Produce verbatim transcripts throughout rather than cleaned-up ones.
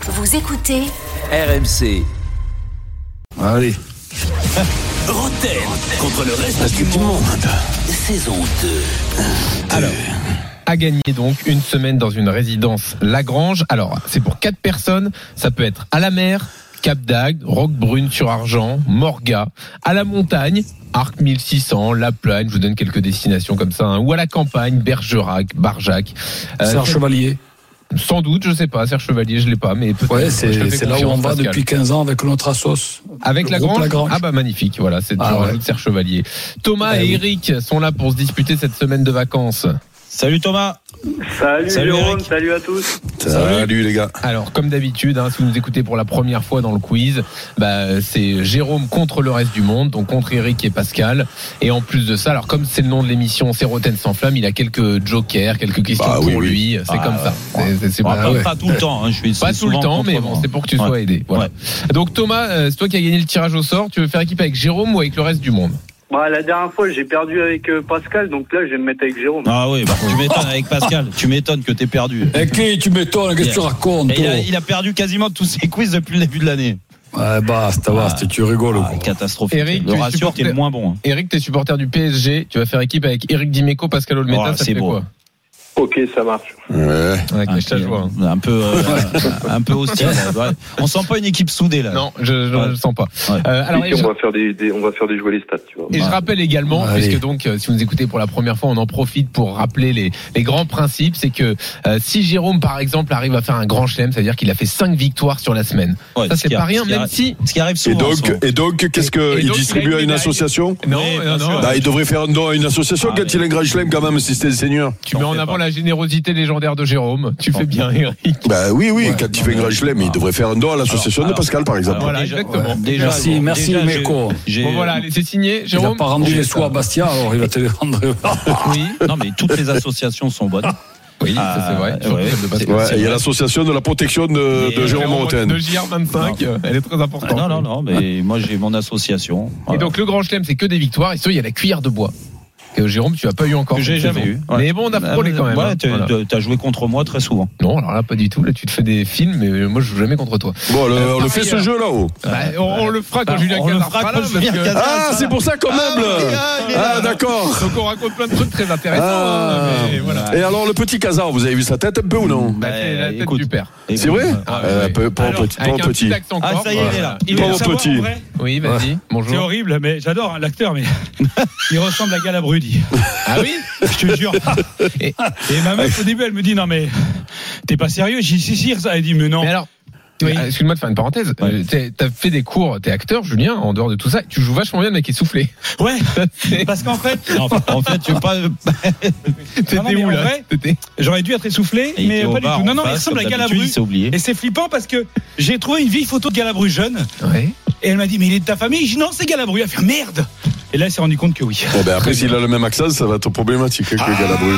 Vous écoutez R M C. Allez. Roten contre le reste du monde. Saison deux. Alors, à gagner donc une semaine dans une résidence Lagrange. Alors, c'est pour quatre personnes. Ça peut être à la mer, Cap d'Agde, Roquebrune-sur-Argent, Morgat, à la montagne, Arc mille six cents, La Plagne, je vous donne quelques destinations comme ça, hein, ou à la campagne, Bergerac, Barjac. Euh, Serre Chevalier. Sans doute, je sais pas, Serre Chevalier, je l'ai pas, mais peut-être. Ouais, c'est, c'est là où on va Pascal. Depuis quinze ans avec notre assos. Avec la Grange. Ah bah magnifique, voilà, c'est toujours ah ouais. Serre Chevalier. Thomas ah, et oui. Eric sont là pour se disputer cette semaine de vacances. Salut Thomas. Salut, salut Jérôme, Eric. salut à tous. Salut, salut les gars. Alors comme d'habitude, hein, si vous nous écoutez pour la première fois dans le quiz, bah, c'est Jérôme contre le reste du monde, donc contre Eric et Pascal. Et en plus de ça, alors comme c'est le nom de l'émission, c'est Roten sans flamme, il a quelques jokers, quelques questions bah, pour oui, lui. Oui. C'est ah, comme ça. C'est, c'est, c'est bah, pas, pas, ouais. pas tout le temps. Hein, je suis pas tout le temps, mais bon, c'est pour que tu ouais. sois aidé. Voilà. Ouais. Donc Thomas, euh, c'est toi qui as gagné le tirage au sort. Tu veux faire équipe avec Jérôme ou avec le reste du monde? Bah, la dernière fois, j'ai perdu avec euh, Pascal, donc là, je vais me mettre avec Jérôme. Ah oui, bah, tu m'étonnes avec Pascal. Tu m'étonnes que t'es perdu. Et qui tu m'étonnes, qu'est-ce que tu racontes? il a, il a perdu quasiment tous ses quiz depuis le début de l'année. Ouais, basta, basta, ah, tu rigoles. Ah, catastrophique. Eric, le rassure, t'es le moins bon. Hein. Eric, t'es supporter du P S G. Tu vas faire équipe avec Eric Dimeco, Pascal Olmeta. Oh, ça c'est fait beau. Quoi? Ok, ça marche. Ouais. Avec un, les stageoires. Un peu, euh, un peu hostile. Ouais. On sent pas une équipe soudée là. Non, je, je, ouais. je sens pas. Ouais. Euh, alors, Ici, on je... va faire des, des, on va faire des jouer les stats, tu vois. Et ouais. je rappelle également, Allez. puisque donc, si vous nous écoutez pour la première fois, on en profite pour rappeler les, les grands principes. C'est que euh, si Jérôme, par exemple, arrive à faire un grand chelem, c'est-à-dire qu'il a fait cinq victoires sur la semaine. Ouais, ça, c'est pas rien, même si. Ce qui arrive souvent. Et donc, et donc, qu'est-ce que il distribue à une association? Non, non, non. Il devrait faire un don à une association quand il a un grand chelem, quand même, si c'était le Seigneur. Tu mets en avant la générosité légendaire de Jérôme. Tu fais bien, Eric. Bah oui, oui, ouais, quand il fait un grand chelem, il devrait faire un don à l'association alors, de Pascal, par exemple. Voilà, exactement. Ouais, déjà, merci, bon, merci, déjà, Meco. J'ai... Bon, voilà, c'est signé, Jérôme. Il n'a pas rendu les sous à Bastia, alors il va te les rendre. Oui, non, mais toutes les associations sont bonnes. Oui, ah, ça c'est vrai. Ouais, ouais, ouais, il y a l'association de la protection de, de Jérôme Roten. De J R vingt-cinq, non. Elle est très importante. Ah, non, non, non, mais moi j'ai mon association. Voilà. Et donc le grand chelem, c'est que des victoires. Et ça, il y a la cuillère de bois. Que Jérôme, tu n'as pas eu encore. Que j'ai jamais eu. Ouais. Mais bon, on a frôlé quand même. Ouais, hein. tu voilà. as joué contre moi très souvent. Non, alors là, pas du tout. Là, tu te fais des films, mais moi, je joue jamais contre toi. Bon, le, euh, on le fait ce jeu là-haut. Bah, on, on le fera quand bah, Julien Cazard sera là. Que... Ah, c'est pour ça qu'on meuble. Ah, oui, ah, d'accord. Donc, on raconte plein de trucs très intéressants. Ah. Hein, mais voilà. Et alors, le petit Cazard, vous avez vu sa tête un peu ou non? Bah, c'est la tête du père. C'est vrai? Pas au petit. Ah, ça y est, il est là. Pas au petit. Oui, vas-y. Bonjour. C'est horrible, mais j'adore l'acteur, mais il ressemble à Galabru. Ah oui? Je te jure. Et, et ma meuf, au début, elle me dit non, mais t'es pas sérieux? J'ai dit si, si, ça. Elle dit mais non. Mais alors, oui. Excuse-moi de faire une parenthèse. Ouais. T'as fait des cours, t'es acteur, Julien, en dehors de tout ça. Tu joues vachement bien le mec essoufflé. Ouais. Parce qu'en fait. Non, en fait, tu veux pas. T'étais non, non, où là vrai, j'aurais dû être essoufflé, et mais pas du tout. Non, non, il ressemble à Galabru. Et c'est flippant parce que j'ai trouvé une vieille photo de Galabru jeune. Ouais. Et elle m'a dit mais il est de ta famille? J'ai dit non, c'est Galabru. Elle a fait merde. Et là, elle s'est rendu compte que oui. Bon, ben après, s'il a le même accent, ça va être problématique avec ah, le Galabru.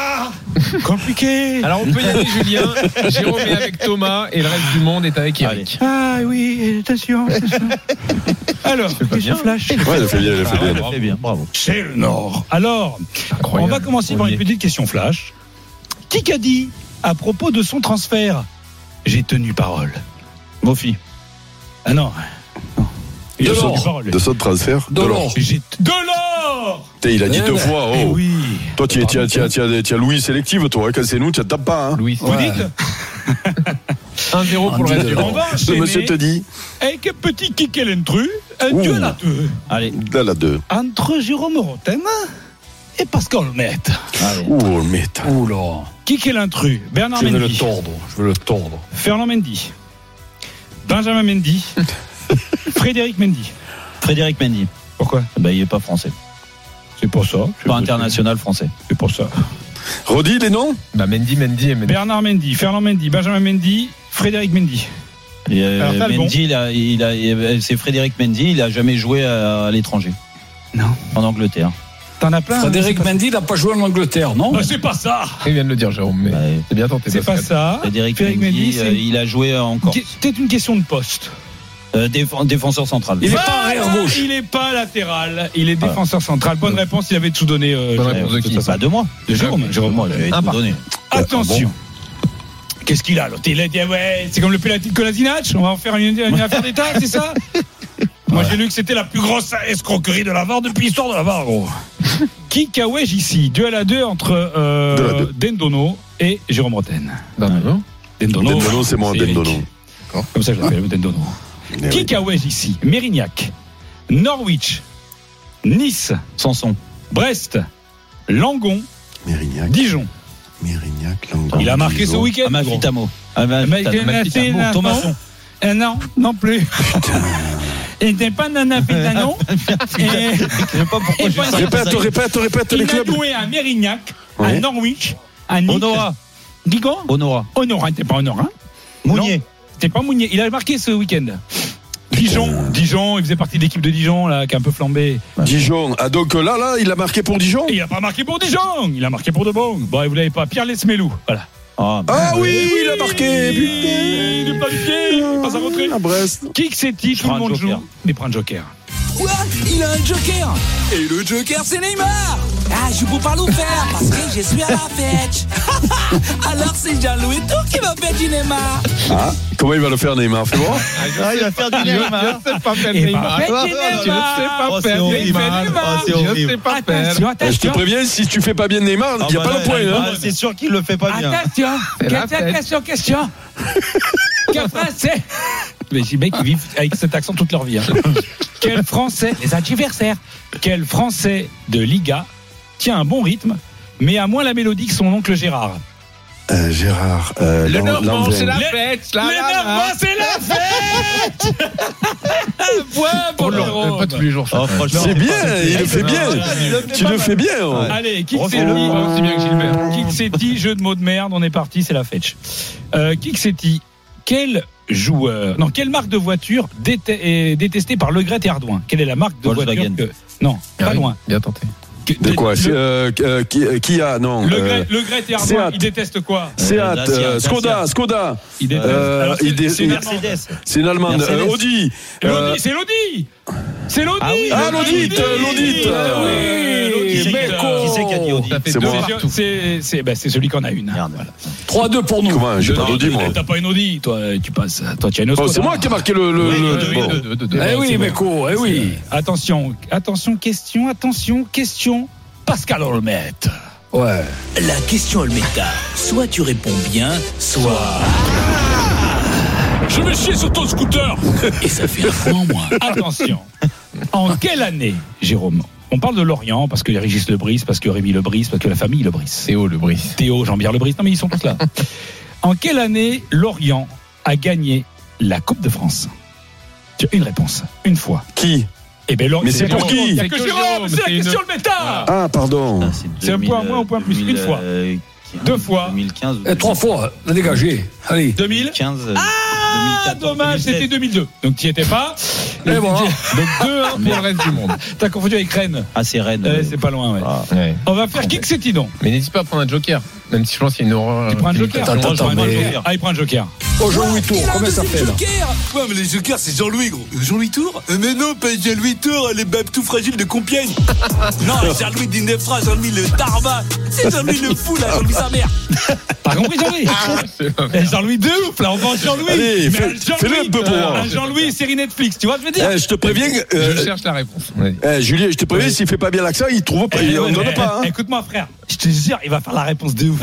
Compliqué. Alors, on peut y aller, Julien. Jérôme est avec Thomas et le reste du monde est avec Eric. Ah oui, attention. Alors, question flash. Ouais, il a fait bien, il a fait ah, bien. Ouais, bien. Bravo. C'est le Nord. Alors, incroyable. On va commencer par une petite question flash. Qui qu'a dit à propos de son transfert? J'ai tenu parole. Mofi. Ah non. De son, de son transfert de l'or. J'ai... De l'or. Il a dit eh deux ben, fois. Oh. Eh oui. Toi, tu as Louis sélective, toi. Quand c'est nous, tu ne tapes pas. Hein. Louis, vous ouais. dites un zéro pour le reste du monde. Le monsieur te dit. Avec un petit kick et l'intru, un duel à deux. Allez. Duel à deux. Entre Jérôme Roten et Pascal Olmeta. Ouh, Olmeta. Ouh là. Kick et l'intrus. Bernard Mendy. Je veux le tordre. Je veux le tordre. Fernand Mendy. Benjamin Mendy. Frédéric Mendy. Frédéric Mendy. Pourquoi? Bah, il n'est pas français. C'est pour ça. C'est pas international français. C'est pour ça. Redis les noms? Bah, Mendy, Mendy et Mendy. Bernard Mendy, Fernand Mendy, Benjamin Mendy, Frédéric Mendy. Et euh, Alors, Mendy, il a, il a, il a, c'est Frédéric Mendy, il a jamais joué à, à l'étranger. Non. En Angleterre. T'en as plein. Frédéric hein, Mendy, il n'a pas joué en Angleterre, non? Bah, c'est pas ça. Il vient de le dire, Jérôme, mais ouais. C'est bien tenté. C'est pas ça. Frédéric Mendy, Mendy euh, il a joué en Corse. Peut-être une question de poste. Euh, déf- défenseur central. Il n'est pas arrière gauche. Il n'est pas latéral. Il est défenseur ah. central. Bonne réponse. Il avait tout donné. Euh, Bonne réponse de qui? Pas de moi. De Jérôme. Jérôme, moi, j'avais tout donné. Attention. Qu'est-ce qu'il a, l'autre? Il a dit, ouais, c'est comme le penalty de Kolasinac, on va en faire une, une affaire d'État, c'est ça? Moi, ouais. J'ai lu que c'était la plus grosse escroquerie de la V A R depuis l'histoire de la V A R, gros. Qui Kawège ici? Duel à deux entre euh, Dendono et Jérôme Roten. Dendono Dendono, Dendono c'est moi, c'est Dendono. Comme ça, je l'appelle, Dendono. Eh Qui Kawège oui. ici? Mérignac, Norwich, Nice, Sanson, Brest, Langon, Mérignac, Dijon. Mérignac, Langon. Il a marqué Dijon. ce week-end. Amafitamo. Amafitamo. Thomasson. Un an, non plus. Putain. Il n'était pas Nana Pitano. Répète, répète, répète les clubs. Il a joué à Mérignac, à ouais. Norwich, à Nice. Honora. Digo Honora. Honora, n'était pas Honora. Mounier. C'était pas Mounier. Il a marqué ce week-end. Dijon, Putain. Dijon, il faisait partie de l'équipe de Dijon là, qui a un peu flambé. Dijon. Ah donc là, là, il a marqué pour Dijon. Et il a pas marqué pour Dijon. Il a marqué pour de bon. Bon, vous l'avez pas. Pierre Lesmelou. Voilà. Ah, ah oui, oui, il a marqué. Putain. Il est pas du pied. Il passe à retrait. À Brest. Qui que c'est-il? Tout le monde joue. Mais prends un joker. Quoi? Il a un joker. Et le joker, c'est Neymar. Ah, je peux pas le faire parce que je suis à la fête. Alors c'est Jean-Louis Tour qui va faire du Neymar. Ah, comment il va le faire Neymar? Fais voir. Ah, il va faire du Neymar. Je ne sais pas faire Neymar. Je ne sais pas faire Neymar. Je ne sais pas faire. Je te préviens, si tu fais pas bien Neymar, il n'y a pas le point. C'est sûr qu'il le fait pas bien. Attention, question, question. Quel Français? Mais ces mecs qui vivent avec cet accent toute leur vie. Hein. Quel Français, les adversaires, quel Français de Liga tient un bon rythme, mais a moins la mélodie que son oncle Gérard? Euh, Gérard. Euh, le Normand, c'est la fête. Le Normand, c'est la fête. Ouais, bon, oh, pas tous les jours. Oh, c'est bien, il le fait bien. Tu le fais bien. Ouais. Allez, qui c'est dit aussi bien que Gilbert. Qui c'est dit jeu de mots de merde, on est parti, c'est la fête. Euh, qui c'est dit quel joueur, non, quelle marque de voiture déte- est détestée par Le Gret et Ardouin? Quelle est la marque de Volkswagen. voiture que... Non, pas bien, loin. Bien tenté. De quoi le... euh, euh, qui, qui a non Le euh, Gret et Ardouin, il déteste quoi? Seat, euh, Skoda, Skoda. Il déteste. Euh, Alors, c'est, il dé... c'est une Mercedes. C'est une allemande. Euh, Audi. Euh... C'est l'Audi. C'est l'Audi. Ah, oui, ah l'audit, l'audit. Oui, qui c'est qui a dit Audi? C'est moi. C'est c'est ben c'est celui qu'on a une. Voilà. trois deux pour nous. Comment? J'ai pas d'Audi moi. T'as pas une Audi, toi tu passes. Toi tu as une Skoda. Oh, c'est moi qui ai marqué le le. Eh oui, Meko, eh oui. Attention, attention, question, attention, question. Pascal Olmette. Ouais. La question Olmetta. Soit tu réponds bien, soit. Je vais chier sur ton scooter. Et ça fait un point en moins. Attention. En quelle année, Jérôme? On parle de Lorient parce qu'il y a Régis Lebris, parce que Rémi Lebris, parce que la famille Lebris. Théo Lebris. Théo, Jean-Pierre Lebris. Non mais ils sont tous là. En quelle année Lorient a gagné la Coupe de France? Tu as une réponse. Une fois. Qui? Eh ben, mais c'est, c'est pour qui? Il n'y a que Jérôme, c'est la question le méta. Ah, pardon. Ah, c'est, c'est un point moins, un point plus. Une fois. Euh, Deux fois. deux mille quinze. Et trois fois, on a dégagé. Allez. deux mille quinze. Ah, deux mille quatorze, dommage, deux mille sept. C'était deux mille deux. Donc, tu n'y étais pas. Et voilà. Donc, deux un pour le reste du monde. T'as confondu avec Rennes. Ah, c'est Rennes. Euh, c'est pas loin, ouais. Ah, ouais. On va faire qui que c'est donc. Mais n'hésite pas à prendre un joker. Même si je pense qu'il y a une horreur. Tu prends un joker. Attends, attends, mais... Ah, il prend un joker. Oh, Jean-Louis Tour, comment ça fait là? Ouais, mais les jokers, c'est Jean-Louis, gros. Jean-Louis Tour? Mais non, pas Jean-Louis Tour, les babes tout fragiles de Compiègne. Non, Jean-Louis d'Indefra, Jean-Louis le Tarba. C'est Jean-Louis le fou, là, Jean-Louis sa mère. T'as compris, Jean-Louis? Et Jean-Louis de ouf, là, on va en Jean-Louis. Allez, fais, Jean-Louis, fais-le un peu pour moi. Un Jean-Louis, série Netflix, tu vois, je veux dire. Eh, je te préviens. Euh, je cherche la réponse. Eh, Julien, je te préviens, s'il fait pas bien l'accent, il trouve pas. Il en donne pas. Écoute-moi, frère, je te jure, il va faire la réponse de ouf.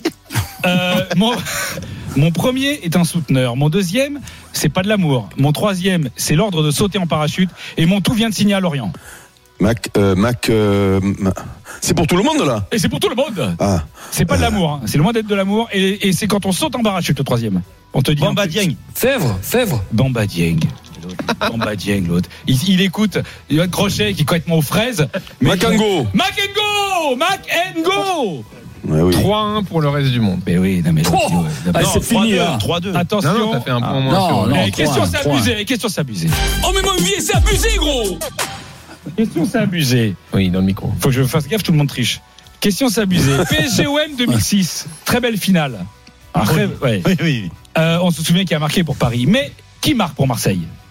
Euh, mon, mon premier est un souteneur. Mon deuxième, c'est pas de l'amour. Mon troisième, c'est l'ordre de sauter en parachute. Et mon tout vient de signer à Lorient. Mac, euh, Mac, euh, c'est pour tout le monde là. Et c'est pour tout le monde. Ah. C'est pas de l'amour. Hein. C'est loin d'être de l'amour. Et, et c'est quand on saute en parachute le troisième. On te dit. Bamba Dieng. Fèvre, Fèvre. Bamba Dieng. Bamba Dieng, l'autre. Il, il écoute. Il a Crochet qui est complètement aux fraises. Mac and go. Mac and go. Mac and go. Ouais, oui. trois un pour le reste du monde. Mais oui, non mais oh ouais, ah, c'est fini là. trois deux. Attention. Non, non, t'as fait un point ah, moins. Non, non, mais question c'est abusé, question c'est abusé. Oh mais mon vieux, c'est abusé, gros. Question c'est abusé. Oui, dans le micro. Faut que je fasse gaffe, tout le monde triche. Question c'est abusé. P S G O M deux mille six, très belle finale. Après, ouais. Oui, oui. Euh, on se souvient qui a marqué pour Paris, mais qui marque pour Marseille?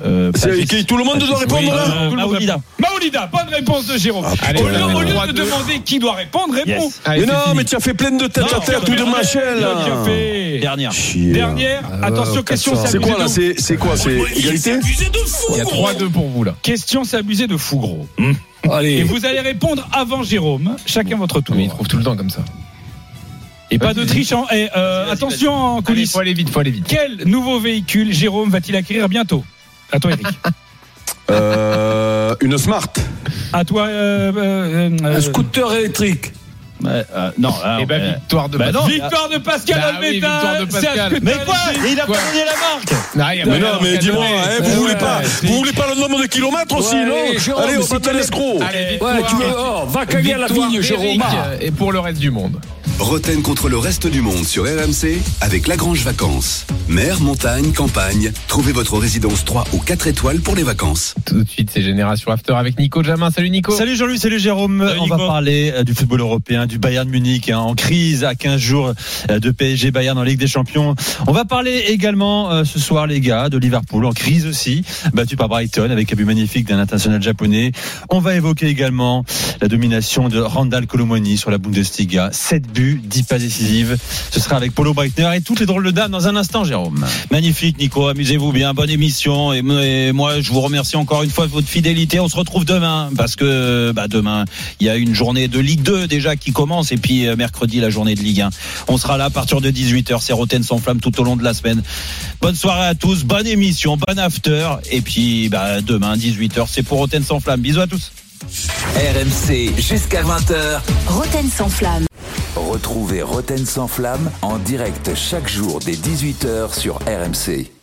euh, C'est- pas- et tout le monde doit répondre Oui, là Euh, Tout le monde Maolida. répond. Maolida, bonne réponse de Jérôme. Allez, au ouais, lieu, ouais, au lieu ouais. de demander qui doit répondre, réponds. Yes. Allez, Mais c'est non, fini. mais tu as fait plein de tête Non, à tête ou de Pierre machins Qui a là. fait Dernière. Chier. Dernière. Attention, ouais, question, quatre cents. c'est C'est quoi abusé là de- C'est c'est quoi C'est Ouais, il s'est égalité abusé de fou. Il y a gros. trois deux pour vous là. Question, c'est abusé de fou gros. Et Allez. vous allez répondre avant Jérôme, chacun votre tour. Mais il trouve tout le temps comme ça. Et pas de Vas-y. triche. En, et, euh, Vas-y, attention en Allez, coulisses. faut aller vite, faut aller vite. Quel nouveau véhicule Jérôme va-t-il acquérir bientôt? À toi, Eric. Euh, Une Smart. À toi, euh, euh, euh, Un scooter électrique. Ouais, euh, non, là, Et on- ben euh, victoire de bah Pascal. non. victoire de Pascal Bah oui, Almeida. victoire de C'est Pascal. un scooter Mais quoi électrique. Il a Quoi pas donné la marque. Non, il y a Mais pas non, de mais marque à dis-moi, donner. hein, vous Ouais, voulez ouais, pas, c'est- vous voulez pas le nombre de kilomètres aussi, Ouais, non Jérôme, Allez, mais on c'est bat quel- l'escroc. Allez, Ouais, tu veux. victoire. Oh, va caguer à la Victoire vigne, d'Éric, Jérôme. Et pour le reste du monde. Roten contre le reste du monde sur R M C avec Lagrange Vacances. Mer, montagne, campagne, trouvez votre résidence trois ou quatre étoiles pour les vacances. Tout de suite, c'est Génération After avec Nico Jamin. Salut Nico. Salut Jean-Louis, salut Jérôme. Salut On Nico. va parler euh, du football européen, du Bayern Munich hein, en crise à quinze jours euh, de P S G Bayern en Ligue des Champions. On va parler également euh, ce soir les gars de Liverpool en crise aussi, battu par Brighton avec un but magnifique d'un international japonais. On va évoquer également la domination de Randal Colomoni sur la Bundesliga, sept buts, dix passes décisives. Ce sera avec Paulo Breitner et toutes les drôles de dames dans un instant Jérôme. Magnifique Nico, amusez-vous bien, bonne émission et, et moi je vous remercie encore une fois de votre fidélité. On se retrouve demain parce que bah, demain il y a une journée de Ligue deux déjà qui commence et puis euh, mercredi la journée de Ligue un. On sera là à partir de dix-huit heures, c'est Roten sans flamme tout au long de la semaine. Bonne soirée à tous, bonne émission, bon after et puis bah, demain dix-huit heures c'est pour Roten sans flamme. Bisous à tous. R M C jusqu'à vingt heures. Roten sans flamme. Retrouvez Roten sans flamme en direct chaque jour dès dix-huit heures sur R M C.